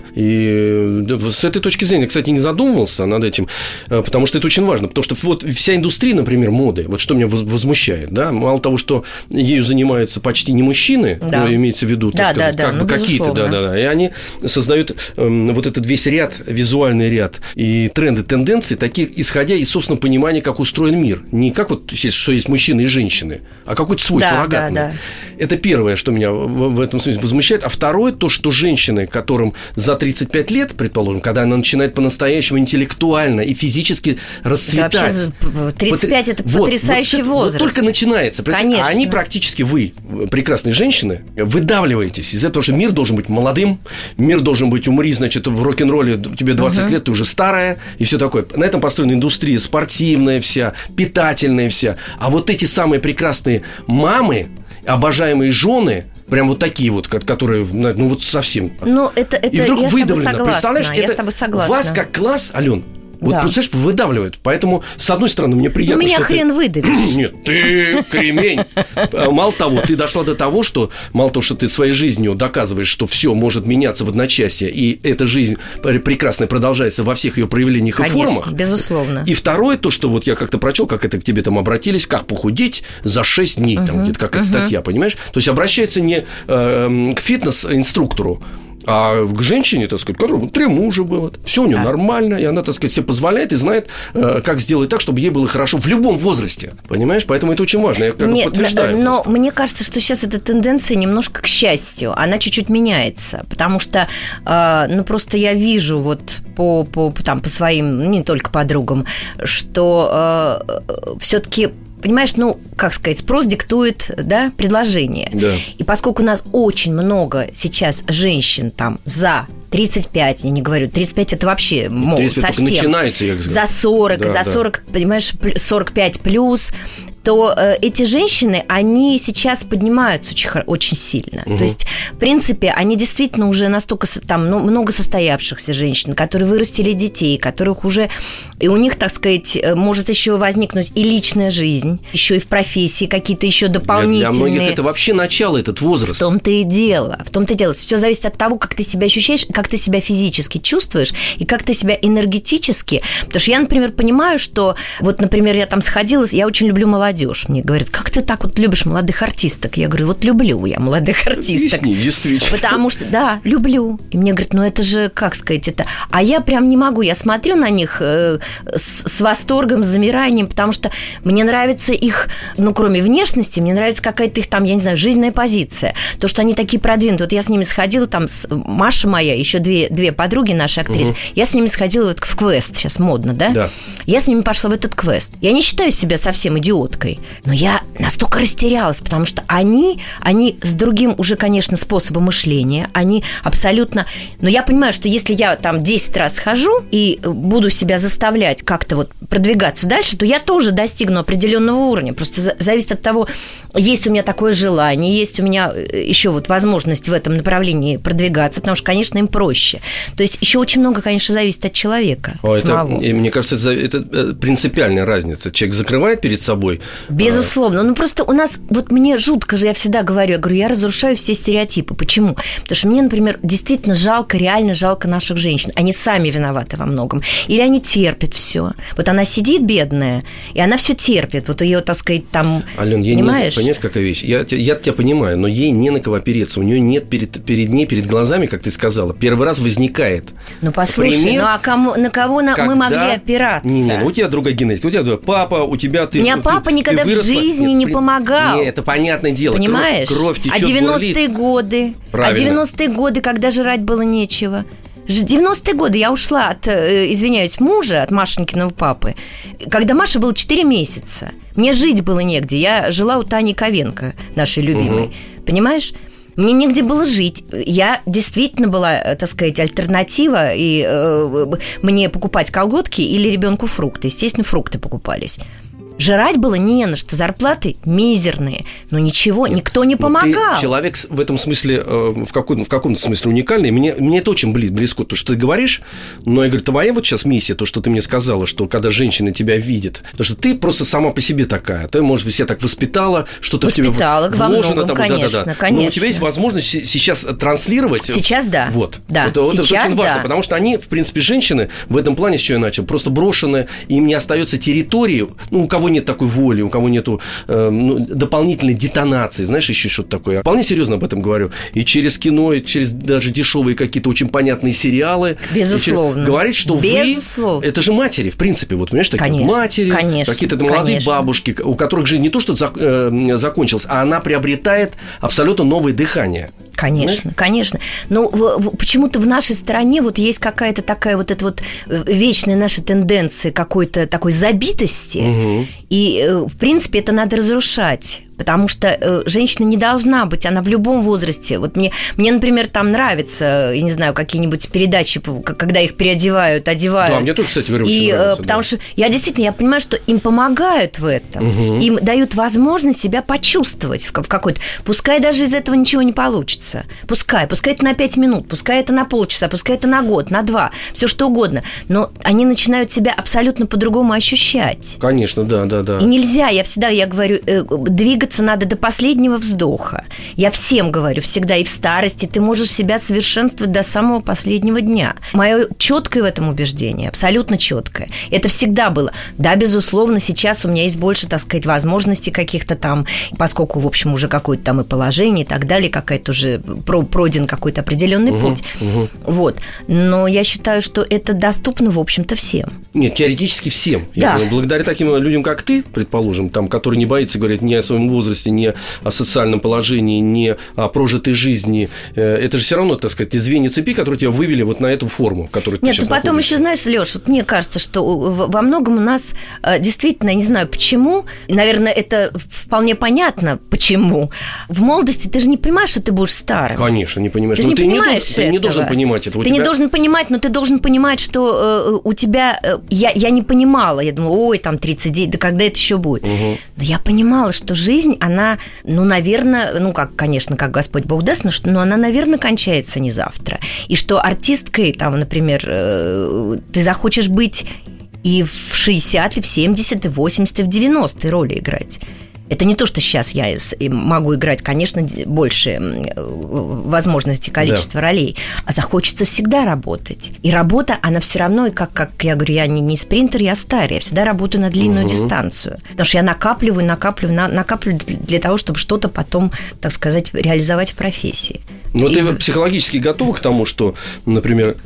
И с этой точки зрения, кстати, не задумывался над этим, потому что это очень важно. Потому что вот вся индустрия, например, моды, вот что меня возмущает, да, мало того, что ею занимаются почти не мужчины, да. имеется в виду, да, так сказать, да, да, как ну, бы какие-то, да, да, да, и они создают э, вот этот весь ряд, визуальный ряд и тренды, тенденции, таких, исходя из собственного понимания, как устроен мир. Не как вот, что есть мужчины и женщины, а какой-то свой, да, суррогатный. Да, да. Это первое, что меня в, в этом смысле возмущает. А второе, то, что женщины, которым за тридцать пять лет, предположим, когда она начинает по-настоящему интеллектуально и физически расцветать. Да, тридцать пять – это вот, потрясающий вот, возраст. Вот только начинается. Конечно. А они практически, вы, прекрасные женщины, выдавливаетесь из этого, что мир должен быть молодым, мир должен быть умри, значит, в рок-н-ролле тебе двадцать uh-huh. лет, ты уже старая, и все такое. На этом построена индустрия спортивная вся, питательная вся. А вот эти самые прекрасные мамы, обожаемые жены, прям вот такие вот, которые, ну вот совсем. Ну, это, это и вдруг я выдавлено. с тобой согласна. Представляешь, я это с тобой согласна. Вас как класс, Ален, вот, да. представляешь, выдавливают. Поэтому, с одной стороны, мне приятно, ну, меня что хрен ты... выдавишь. Нет, ты кремень. Мало того, ты дошла до того, что мало того, что ты своей жизнью доказываешь, что все может меняться в одночасье, и эта жизнь прекрасно продолжается во всех ее проявлениях Конечно, и формах. Безусловно. И второе, то, что вот я как-то прочел, как это к тебе там обратились, как похудеть за шесть дней, uh-huh. там где-то какая-то uh-huh. статья, понимаешь? То есть обращается не э, к фитнес-инструктору, а к женщине, так сказать, которому три мужа было, все у нее да. нормально, и она, так сказать, себе позволяет и знает, как сделать так, чтобы ей было хорошо в любом возрасте, понимаешь? Поэтому это очень важно, я как бы подтверждаю. Но просто. Мне кажется, что сейчас эта тенденция немножко, к счастью, она чуть-чуть меняется, потому что, ну, просто я вижу вот по, по, там, по своим, ну, не только подругам, что все-таки... Понимаешь, ну, как сказать, спрос диктует, да, предложение. Да. И поскольку у нас очень много сейчас женщин там за тридцать пять, я не говорю, тридцать пять это вообще мол, совсем. Начинается, я за сорок, да, за сорок, да. понимаешь, сорок пять плюс, то э, эти женщины, они сейчас поднимаются очень, очень сильно. Угу. То есть, в принципе, они действительно уже настолько, там, ну, много состоявшихся женщин, которые вырастили детей, которых уже, и у них, так сказать, может еще возникнуть и личная жизнь, еще и в профессии какие-то еще дополнительные. Для многих это вообще начало, этот возраст. В том-то и дело. В том-то и дело. Все зависит от того, как ты себя ощущаешь, как ты себя физически чувствуешь и как ты себя энергетически. Потому что я, например, понимаю, что вот, например, я там сходила, я очень люблю молодежь. Мне говорят, как ты так вот любишь молодых артисток? Я говорю, вот люблю я молодых артисток. Объясни, действительно. Потому что, да, люблю. И мне говорят, ну это же, как сказать, это... А я прям не могу. Я смотрю на них э, с, с восторгом, с замиранием, потому что мне нравится их, ну, кроме внешности, мне нравится какая-то их там, я не знаю, жизненная позиция. То, что они такие продвинутые. Вот я с ними сходила, там, с Маша моя, еще две, две подруги наши актрисы, угу. я с ними сходила вот в квест, сейчас модно, да? Да. Я с ними пошла в этот квест. Я не считаю себя совсем идиоткой. Но я настолько растерялась, потому что они, они с другим уже, конечно, способом мышления, они абсолютно... Но я понимаю, что если я там десять раз схожу и буду себя заставлять как-то вот продвигаться дальше, то я тоже достигну определенного уровня. Просто зависит от того, есть у меня такое желание, есть у меня еще вот возможность в этом направлении продвигаться, потому что, конечно, им проще. То есть еще очень много, конечно, зависит от человека О, самого. Это, мне кажется, это, это принципиальная разница. Человек закрывает перед собой... Безусловно. Ну, просто у нас, вот мне жутко же, я всегда говорю, я говорю, я разрушаю все стереотипы. Почему? Потому что мне, например, действительно жалко, реально жалко наших женщин. Они сами виноваты во многом. Или они терпят все. Вот она сидит, бедная, и она все терпит. Вот ее, так сказать, там, Ален, я понимаешь? Не, понимаешь, какая вещь? Я, я тебя понимаю, но ей не на кого опереться. У нее нет перед, перед ней, перед глазами, как ты сказала, первый раз возникает. Ну, послушай, пример, ну, а кому, на кого на, когда... мы могли опираться? Не, не, ну, у тебя другая генетика, у тебя папа, у тебя ты... У меня ты, папа ты, никогда ты в жизни не помогал. Нет, это понятное дело. Понимаешь? Кровь, кровь течет, а девяностые годы, Правильно. а девяностые годы, когда жрать было нечего. девяностые годы я ушла от, извиняюсь, мужа, от Машенькиного папы, когда Маше было четыре месяца. Мне жить было негде. Я жила у Тани Ковенко, нашей любимой. Угу. Понимаешь? Мне негде было жить. Я действительно была, так сказать, альтернатива, и э, мне покупать колготки или ребенку фрукты. Естественно, фрукты покупались. Жрать было не на что, зарплаты мизерные. Но ничего, Нет, никто не помогал. Ты человек в этом смысле, в, каком, в каком-то смысле уникальный. Мне, мне это очень близко, то, что ты говоришь. Но я говорю, твоя вот сейчас миссия, то, что ты мне сказала, что когда женщина тебя видит, то, что ты просто сама по себе такая. Ты, может быть, себя так воспитала, что-то в тебя вложено. Во многом, там, конечно, да, да, да. конечно. Но у тебя есть возможность сейчас транслировать. Сейчас да. Вот. да. Вот, вот это очень важно, да. потому что они, в принципе, женщины в этом плане, с чего я начал, просто брошены, им не остается территории, ну, у кого нет такой воли, у кого нету э, ну, дополнительной детонации, знаешь, еще что-то такое. Вполне серьезно об этом говорю. И через кино, и через даже дешевые какие-то очень понятные сериалы. Безусловно. Через... Говорить, что Безусловно. вы... Это же матери, в принципе, вот, понимаешь, такие конечно, матери, конечно, какие-то молодые конечно. бабушки, у которых жизнь не то, что зак... э, закончилась, а она приобретает абсолютно новое дыхание. Конечно, Знаешь? конечно. Но в, в, почему-то в нашей стране вот есть какая-то такая вот эта вот вечная наша тенденция какой-то такой забитости. Угу. И, в принципе, это надо разрушать. Потому что женщина не должна быть, она в любом возрасте. Вот мне, мне, например, там нравятся, я не знаю, какие-нибудь передачи, когда их переодевают, одевают. Да, мне тоже, кстати, говорю, и, очень нравится. Потому да. что я действительно, я понимаю, что им помогают в этом. Угу. Им дают возможность себя почувствовать в, в какой-то... Пускай даже из этого ничего не получится. Пускай. Пускай это на пять минут, пускай это на полчаса, пускай это на год, на два, все что угодно. Но они начинают себя абсолютно по-другому ощущать. Конечно, да, да, да. И нельзя, я всегда, я говорю, двигаться надо до последнего вздоха. Я всем говорю всегда, и в старости ты можешь себя совершенствовать до самого последнего дня. Мое четкое в этом убеждение, абсолютно четкое. Это всегда было. Да, безусловно, сейчас у меня есть больше, так сказать, возможностей каких-то там, поскольку, в общем, уже какое-то там и положение и так далее, какая-то уже пройден какой-то определенный угу, путь. Угу. Вот. Но я считаю, что это доступно, в общем-то, всем. Нет, теоретически всем. Да. Я говорю, благодаря таким людям, как ты, предположим, там, которые не боятся говорить ни о своем возрасте, ни о социальном положении, ни о прожитой жизни. Это же все равно, так сказать, звенья цепи, которые тебя вывели вот на эту форму, которую ты Нет, сейчас ну потом находишься. еще, знаешь, Лёш, вот мне кажется, что во многом у нас действительно, я не знаю почему, наверное, это вполне понятно, почему. В молодости ты же не понимаешь, что ты будешь старым. Конечно, не понимаешь. Ты но не ты понимаешь не, ты не должен понимать это. У ты тебя... не должен понимать, но ты должен понимать, что э, у тебя... Э, я, я не понимала, я думала, ой, там тридцать девять, да когда это еще будет? Угу. Но я понимала, что жизнь, она, ну, наверное, ну, как, конечно, как Господь Бог даст, но, но она, наверное, кончается не завтра. И что артисткой, там, например, э, ты захочешь быть и в шестьдесят, и в семьдесят, и в восемьдесят, и в девяносто роли играть. Это не то, что сейчас я могу играть, конечно, больше возможностей, количество да. ролей, а захочется всегда работать. И работа, она все равно, как, как я говорю, я не, не спринтер, я старый, я всегда работаю на длинную угу. дистанцию. Потому что я накапливаю, накапливаю, на, накапливаю для того, чтобы что-то потом, так сказать, реализовать в профессии. Но и... ты психологически готова к тому, что, например,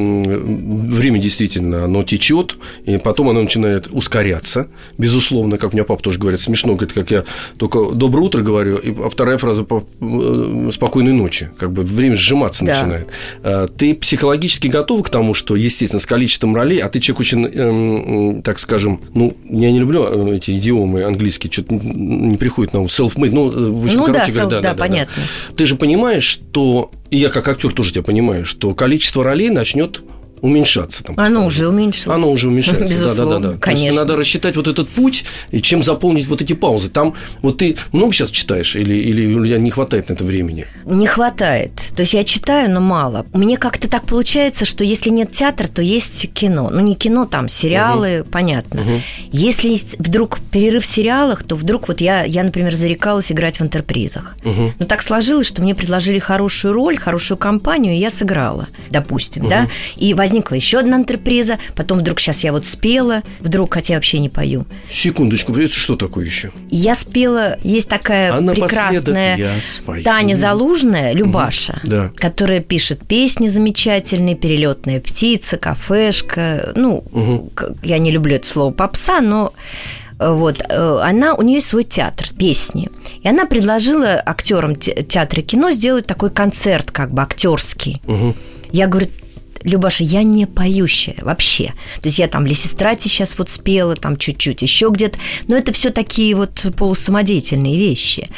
время действительно, оно течет, и потом оно начинает ускоряться, безусловно, как у меня папа тоже говорит, смешно, говорит, как я только «доброе утро» говорю, а вторая фраза «спокойной ночи», как бы время сжиматься да. начинает. Ты психологически готова к тому, что, естественно, с количеством ролей, а ты человек очень, так скажем, ну, я не люблю эти идиомы английские, что-то не приходит на ум, self-made, ну, в общем, ну короче да, говоря, да, да, да, да, понятно. Да. Ты же понимаешь, что и я как актер тоже тебя понимаю, что количество ролей начнет уменьшаться. Там, оно уже уменьшилось. Оно уже уменьшается. Безусловно, да, да, да. конечно. Надо рассчитать вот этот путь, и чем заполнить вот эти паузы. Там вот ты много сейчас читаешь, или, или не хватает на это времени? Не хватает. То есть я читаю, но мало. Мне как-то так получается, что если нет театра, то есть кино. Ну, не кино, там сериалы, угу. понятно. Угу. Если есть вдруг перерыв в сериалах, то вдруг вот я, я например, зарекалась играть в «Интерпризах». Угу. Но так сложилось, что мне предложили хорошую роль, хорошую компанию, и я сыграла, допустим, угу. да? И возникла еще одна «Интерприза», потом вдруг сейчас я вот спела, вдруг, хотя я вообще не пою. Секундочку, это что такое еще? Я спела, есть такая а прекрасная Таня Залужная, Любаша, угу. да. которая пишет песни замечательные, «Перелетная птица», «Кафешка», ну, угу. я не люблю это слово попса, но... Вот, она, у нее есть свой театр, песни. И она предложила актерам театра и кино сделать такой концерт, как бы актерский. Угу. Я говорю, Любаша, я не поющая вообще. То есть я там «Лесистрате» сейчас вот спела, там чуть-чуть еще где-то. Но это все такие вот полусамодеятельные вещи.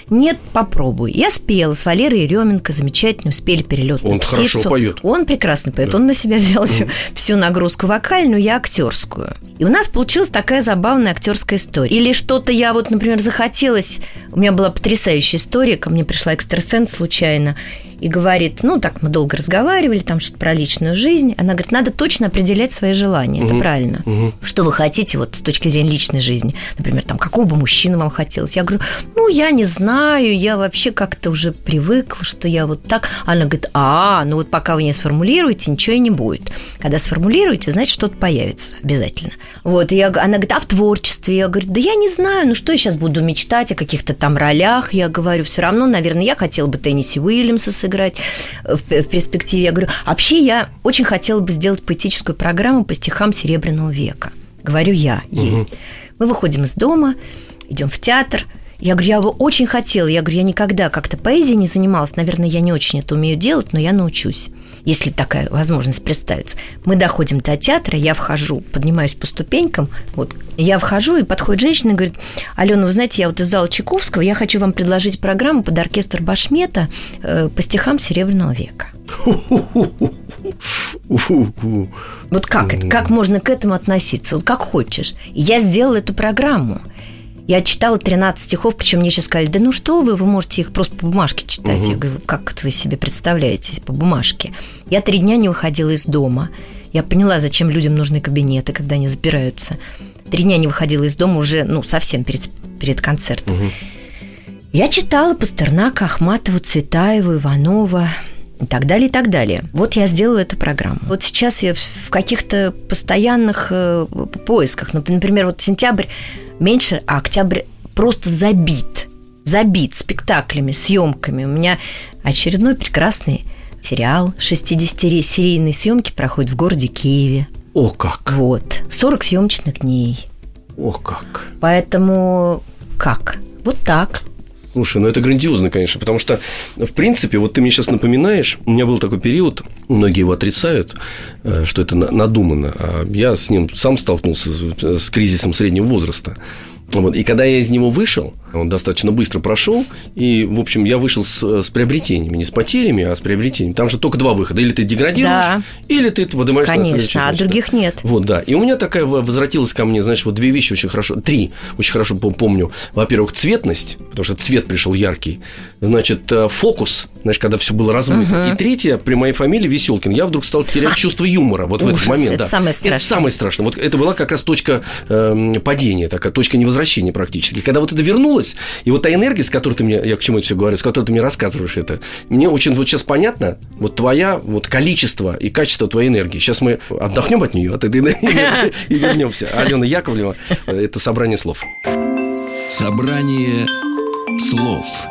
нет, попробуй. Я спела с Валерой Еременко, замечательно, спели «Перелетную птицу». Он хорошо поет. Он прекрасно поет. Да. Он на себя взял всю, всю нагрузку вокальную, я актерскую. И у нас получилась такая забавная актерская история. Или что-то я вот, например, захотелось... У меня была потрясающая история, ко мне пришла экстрасенс случайно и говорит, ну, так мы долго разговаривали, там что-то про личную жизнь. Она говорит, надо точно определять свои желания, угу. это правильно. Угу. Что вы хотите вот с точки зрения личной жизни? Например, там, какого бы мужчину вам хотелось? Я говорю, ну, я не знаю, я вообще как-то уже привыкла, что я вот так. Она говорит, а, ну вот пока вы не сформулируете, ничего и не будет. Когда сформулируете, значит, что-то появится обязательно. Вот, и я, она говорит, а в творчестве? Я говорю, да я не знаю, ну что я сейчас буду мечтать о каких-то там ролях? Я говорю, все равно, наверное, я хотела бы Тенниси Уильямса сыграть в, в перспективе. Я говорю, вообще я очень хотела бы сделать поэтическую программу по стихам Серебряного века. Говорю я ей. Угу. Мы выходим из дома, идем в театр. Я говорю, я бы очень хотела. Я говорю, я никогда как-то поэзией не занималась. Наверное, я не очень это умею делать, но я научусь, если такая возможность представится. Мы доходим до театра, я вхожу, поднимаюсь по ступенькам. Вот, я вхожу, и подходит женщина и говорит, Алена, вы знаете, я вот из зала Чайковского, я хочу вам предложить программу под оркестр Башмета э, по стихам Серебряного века. Вот как это? Как можно к этому относиться? Вот как хочешь. И я сделала эту программу. Я читала тринадцать стихов, причем мне сейчас сказали, да ну что вы, вы можете их просто по бумажке читать. Угу. Я говорю, как это вы себе представляете по бумажке? Я три дня не выходила из дома. Я поняла, зачем людям нужны кабинеты, когда они запираются. Три дня не выходила из дома уже, ну, совсем перед, перед концертом. Угу. Я читала Пастернака, Ахматову, Цветаеву, Иванова и так далее, и так далее. Вот я сделала эту программу. Вот сейчас я в каких-то постоянных э, поисках. Например, вот сентябрь меньше, а октябрь просто забит. Забит спектаклями, съемками. У меня очередной прекрасный сериал шестидесятисерийной съемки проходит в городе Киеве. О, как! Вот. сорок съемочных дней. О, как! Поэтому как? Вот так. Слушай, ну это грандиозно, конечно, потому что, в принципе, вот ты мне сейчас напоминаешь, у меня был такой период, многие его отрицают, что это надумано, а я с ним сам столкнулся с кризисом среднего возраста. Вот. И когда я из него вышел, он достаточно быстро прошел, и, в общем, я вышел с, с приобретениями, не с потерями, а с приобретениями. Там же только два выхода. Или ты деградируешь, да. или ты поднимаешься на следующий. Конечно, а других нет. Вот, да. И у меня такая возвратилась ко мне, знаешь, вот две вещи очень хорошо, три очень хорошо помню. Во-первых, цветность, потому что цвет пришел яркий. Значит, фокус, знаешь, когда все было размыто. Угу. И третье, при моей фамилии Веселкин, я вдруг стал терять чувство юмора вот Ужас, в этот момент. Это да. самое страшное. Это самое страшное. Вот это была как раз точка э, падения, такая точка невозвращения практически. Когда вот это вернулось, и вот та энергия, с которой ты мне, я к чему это все говорю, с которой ты мне рассказываешь это, мне очень вот сейчас понятно, вот твоя, вот количество и качество твоей энергии. Сейчас мы отдохнем от нее, от этой энергии и вернемся. Алена Яковлева, это собрание слов. Собрание слов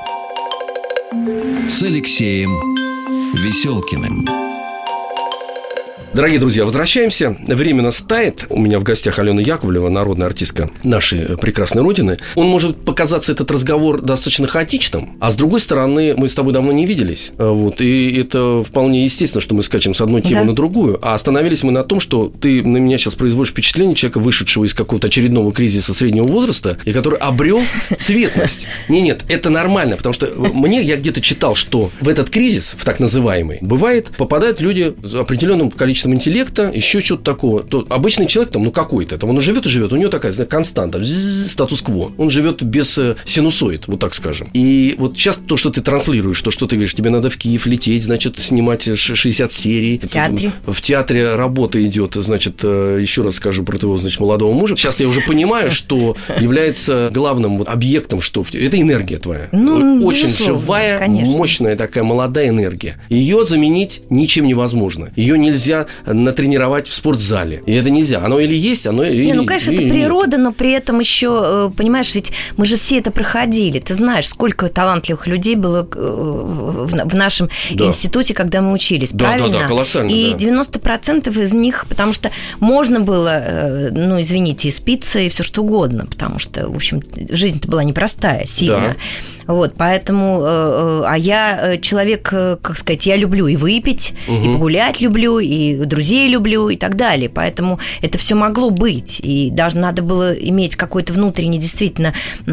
с Алексеем Веселкиным. Дорогие друзья, возвращаемся. Время нас тает. У меня в гостях Алена Яковлева, народная артистка нашей прекрасной родины. Он может показаться, этот разговор, достаточно хаотичным, а с другой стороны, мы с тобой давно не виделись. Вот, и это вполне естественно, что мы скачем с одной темы да. на другую. А остановились мы на том, что ты на меня сейчас производишь впечатление человека, вышедшего из какого-то очередного кризиса среднего возраста, и который обрел цветность. Не, нет, это нормально, потому что мне, я где-то читал, что в этот кризис, в так называемый, бывает, попадают люди с определенным количеством интеллекта, еще что-то такого. То обычный человек, там, ну какой-то, там, он живет и живет, у него такая, знаете, константа, статус-кво. Он живет без синусоид, вот так скажем. И вот сейчас то, что ты транслируешь, то, что ты говоришь, тебе надо в Киев лететь, значит, снимать шестьдесят серий. В театре. В театре работа идет, значит, еще раз скажу про твоего, значит, молодого мужа. Сейчас я уже понимаю, что является главным объектом, что это энергия твоя. Ну, очень живая, конечно. Мощная такая молодая энергия. Ее заменить ничем невозможно. Ее нельзя натренировать в спортзале. И это нельзя. Оно или есть, оно или нет. Ну, конечно, или это природа, нет. Но при этом еще, понимаешь, ведь мы же все это проходили. Ты знаешь, сколько талантливых людей было в нашем да. институте, когда мы учились. Да, правильно? Да, да, колоссально. И да. девяносто процентов из них, потому что можно было, ну, извините, и спиться, и все что угодно, потому что, в общем, жизнь-то была непростая, сильно. Да. Вот, поэтому, а я человек, как сказать, я люблю и выпить, угу. и погулять люблю, и и друзей люблю, и так далее. Поэтому это все могло быть. И даже надо было иметь какой-то внутренний, действительно,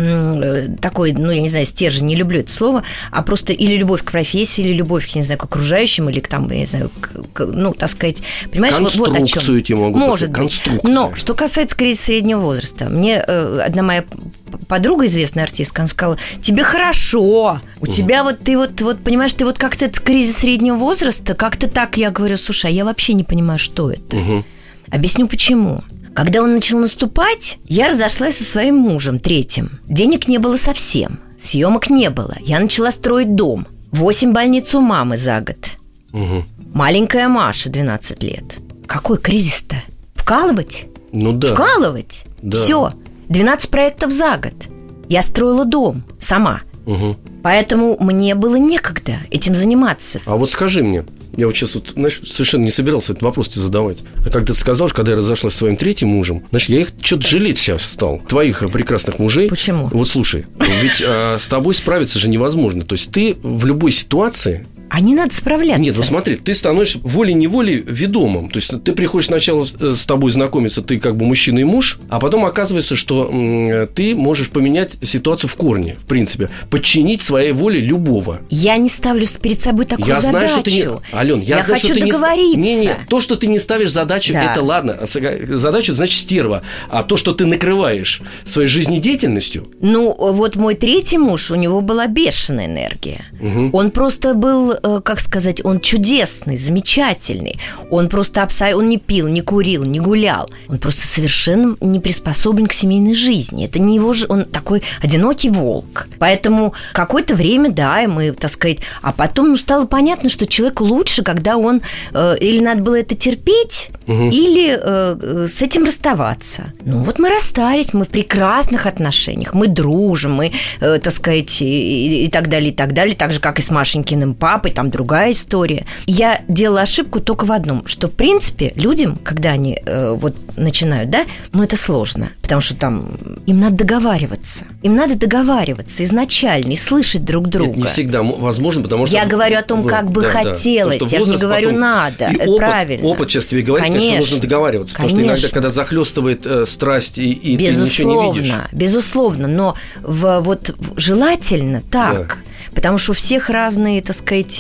такой, ну, я не знаю, стержень, не люблю это слово, а просто или любовь к профессии, или любовь, я не знаю, к окружающим, или к там, я не знаю, к, к, ну, так сказать, понимаешь, вот, вот о чем. Тебе могу Может быть. Но что касается кризиса среднего возраста, мне э, одна моя подруга, известная артистка, она сказала: тебе хорошо, у угу. тебя вот ты вот, вот, понимаешь, ты вот как-то этот кризис среднего возраста, как-то так. Я говорю: слушай, а я вообще не понимаю, что это. Угу. Объясню, почему. Когда он начал наступать, я разошлась со своим мужем, третьим. Денег не было совсем, съемок не было. Я начала строить дом. Восемь больниц у мамы за год. Угу. Маленькая Маша, двенадцать лет. Какой кризис-то? Вкалывать? Ну да. Вкалывать? Да. Все. двенадцать проектов за год. Я строила дом сама. Угу. Поэтому мне было некогда этим заниматься. А вот скажи мне, я вот сейчас, вот, знаешь, совершенно не собирался этот вопрос тебе задавать. А как ты сказал, когда я разошлась со своим третьим мужем, знаешь, я их что-то жалеть сейчас стал. Твоих прекрасных мужей. Почему? Вот слушай, ведь а, с тобой справиться же невозможно. То есть ты в любой ситуации... А не надо справляться. Нет, ну смотри, ты становишься волей-неволей ведомым. То есть ты приходишь сначала с тобой знакомиться, ты как бы мужчина и муж, а потом оказывается, что м, ты можешь поменять ситуацию в корне, в принципе, подчинить своей воле любого. Я не ставлю перед собой такую я задачу. Знаю, что ты не... Ален, я, я знаю, хочу что ты договориться. Не... не, не, то, что ты не ставишь задачу, да. Это ладно. Задача, значит, стерва. А то, что ты накрываешь своей жизнедеятельностью... Ну, вот мой третий муж, у него была бешеная энергия. Угу. Он просто был... как сказать, он чудесный, замечательный. Он просто абсолютно, он не пил, не курил, не гулял. Он просто совершенно не приспособлен к семейной жизни. Это не его же, он такой одинокий волк. Поэтому какое-то время, да, и мы, так сказать, а потом, ну, стало понятно, что человеку лучше, когда он, э, или надо было это терпеть, угу. или э, с этим расставаться. Ну, вот мы расстались, мы в прекрасных отношениях, мы дружим, мы, э, так сказать, и, и так далее, и так далее, так же, как и с Машенькиным папой, там другая история. Я делала ошибку только в одном, что, в принципе, людям, когда они э, вот начинают, да, ну, это сложно, потому что там им надо договариваться. Им надо договариваться изначально и слышать друг друга. Это не всегда возможно, потому что... Я говорю о том, вот, как бы да, хотелось. Да. Я же не говорю потом... надо. И это опыт, правильно. Опыт сейчас тебе говорит, конечно, конечно нужно договариваться. Конечно. Потому что иногда, когда захлестывает э, страсть, и, и ты ничего не видишь. Безусловно, но в, вот желательно так... Да. Потому что у всех разные, так сказать,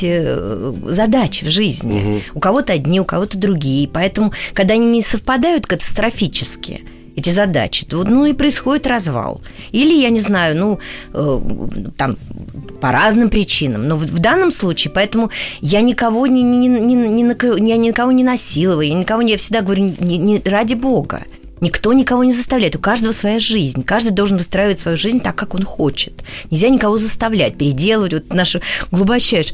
задачи в жизни. Угу. У кого-то одни, у кого-то другие. Поэтому, когда они не совпадают катастрофически, эти задачи, то, ну, и происходит развал. Или, я не знаю, ну, э, там, по разным причинам. Но в, в данном случае, поэтому я никого не, не, не, не, не, я никого не насилую, я никого не, я всегда говорю, не, не, ради Бога. Никто никого не заставляет. У каждого своя жизнь. Каждый должен выстраивать свою жизнь так, как он хочет. Нельзя никого заставлять, переделывать. Вот наша глубочайшая.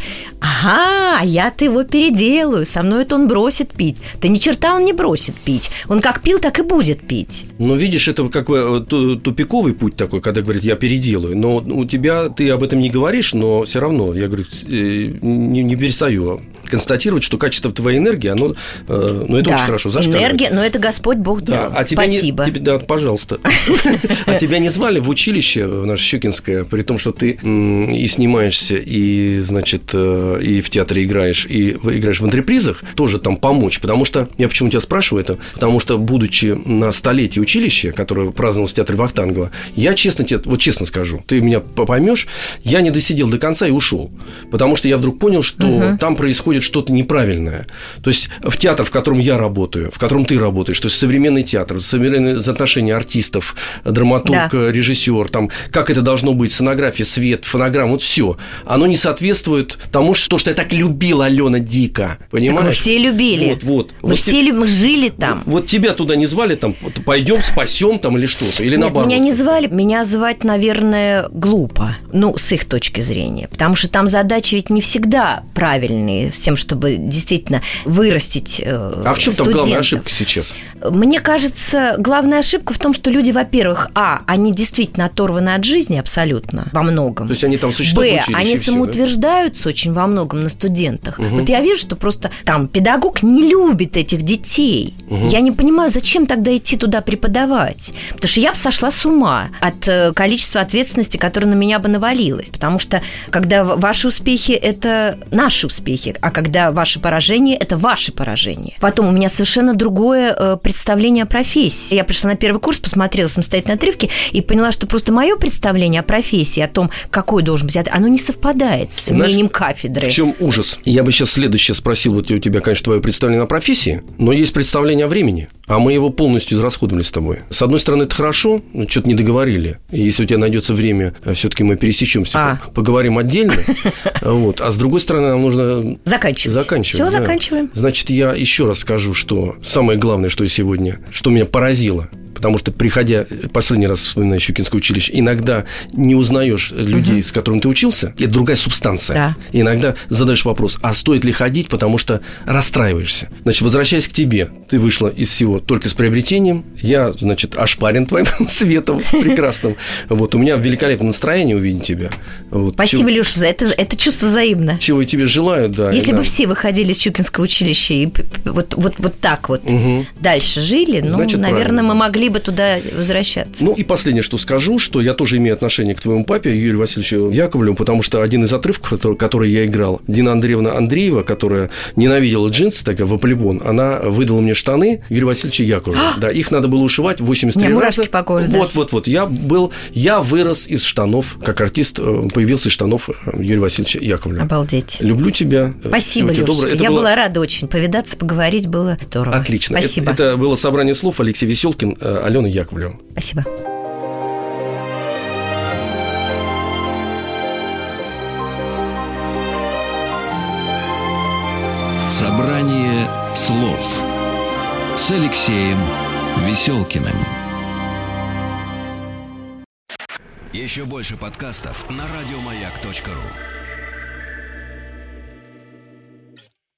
Ага, а я-то его переделаю. Со мной это он бросит пить. Да ни черта он не бросит пить. Он как пил, так и будет пить. Ну, видишь, это как бы тупиковый путь такой, когда говорит, я переделаю. Но у тебя, ты об этом не говоришь, но все равно, я говорю, не, не перестаю констатировать, что качество твоей энергии, оно, ну, это да, очень хорошо зашкаливает. Энергия, но это Господь Бог дал. Да, а спасибо. Не, тебя, да, пожалуйста. А тебя не звали в училище, в наше Щукинское, при том, что ты и снимаешься, и, значит, и в театре играешь, и играешь в антрепризах, тоже там помочь, потому что, я почему тебя спрашиваю это, потому что, будучи на столетии училища, которое праздновалось в театре Вахтангова, я честно тебе, вот честно скажу, ты меня поймешь, я не досидел до конца и ушел, потому что я вдруг понял, что угу. там происходит что-то неправильное. То есть в театр, в котором я работаю, в котором ты работаешь, то есть современный театр, современные отношения артистов, драматург, да. режиссер, там, как это должно быть, сценография, свет, фонограмма, вот все, оно не соответствует тому, что, что я так любила, Алена, дико, понимаешь? Так мы все любили. Вот, вот. Мы вот все te... люб... жили там. Вот, вот тебя туда не звали, там, пойдем спасем там или что-то, или Нет, наоборот? Меня не звали, меня звать, наверное, глупо, ну, с их точки зрения, потому что там задачи ведь не всегда правильные, с тем, чтобы действительно вырастить э, А в чем студентов. там главная ошибка сейчас? Мне кажется, главная ошибка в том, что люди, во-первых, а, они действительно оторваны от жизни абсолютно во многом. То есть они там существуют в училище, Б, они все, самоутверждаются да? очень во многом на студентах. Угу. Вот я вижу, что просто там педагог не любит этих детей. Угу. Я не понимаю, зачем тогда идти туда преподавать. Потому что я бы сошла с ума от количества ответственности, которое на меня бы навалилось. Потому что, когда ваши успехи – это наши успехи, а когда ваше поражение – это ваше поражение. Потом у меня совершенно другое э, представление о профессии. Я пришла на первый курс, посмотрела самостоятельные отрывки и поняла, что просто мое представление о профессии, о том, какой должен быть, оно не совпадает с Знаешь, мнением кафедры. В чем ужас? Я бы сейчас следующее спросил, вот у тебя, конечно, твое представление о профессии, но есть представление о времени, а мы его полностью израсходовали с тобой. С одной стороны, это хорошо, но что-то не договорили. И если у тебя найдется время, все-таки мы пересечемся, а. поговорим отдельно. Вот. А с другой стороны, нам нужно заканчивать. заканчивать Все, да. заканчиваем. Значит, я еще раз скажу, что самое главное, что я сегодня, что меня поразило, потому что, приходя, последний раз вспоминаю Щукинское училище, иногда не узнаешь людей, угу. с которыми ты учился, это другая субстанция. Да. И иногда задаешь вопрос, а стоит ли ходить, потому что расстраиваешься. Значит, возвращаясь к тебе, ты вышла из всего только с приобретением, я, значит, ошпарен твоим светом прекрасным. Вот, у меня великолепное настроение увидеть тебя. Вот. Спасибо, Чего... Леша, за это, это чувство взаимно. Чего я тебе желаю, да. Если да. бы все выходили из Щукинского училища и вот, вот, вот так вот угу. дальше жили, ну, Значит, наверное, правильно. мы могли бы туда возвращаться. Ну и последнее, что скажу, что я тоже имею отношение к твоему папе Юрию Васильевичу Яковлеву, потому что один из отрывков, который, который я играл, Дина Андреевна Андреева, которая ненавидела джинсы, такая воплебон, она выдала мне штаны Юрия Васильевича Яковлева. Да, их надо было ушивать восемьдесят три раза. По коже, вот, да. вот, вот. Я был, я вырос из штанов, как артист, появился из штанов Юрия Васильевича Яковлева. Обалдеть. Люблю тебя. Спасибо, Лёша. Я было... была рада очень. Повидаться, поговорить было здорово. Отлично. Спасибо. Это, это было собрание слов Алексей Веселкин, Алена Яковлева. Спасибо. Собрание слов с Алексеем Веселкиным. Еще больше подкастов на радиомаяк точка ру.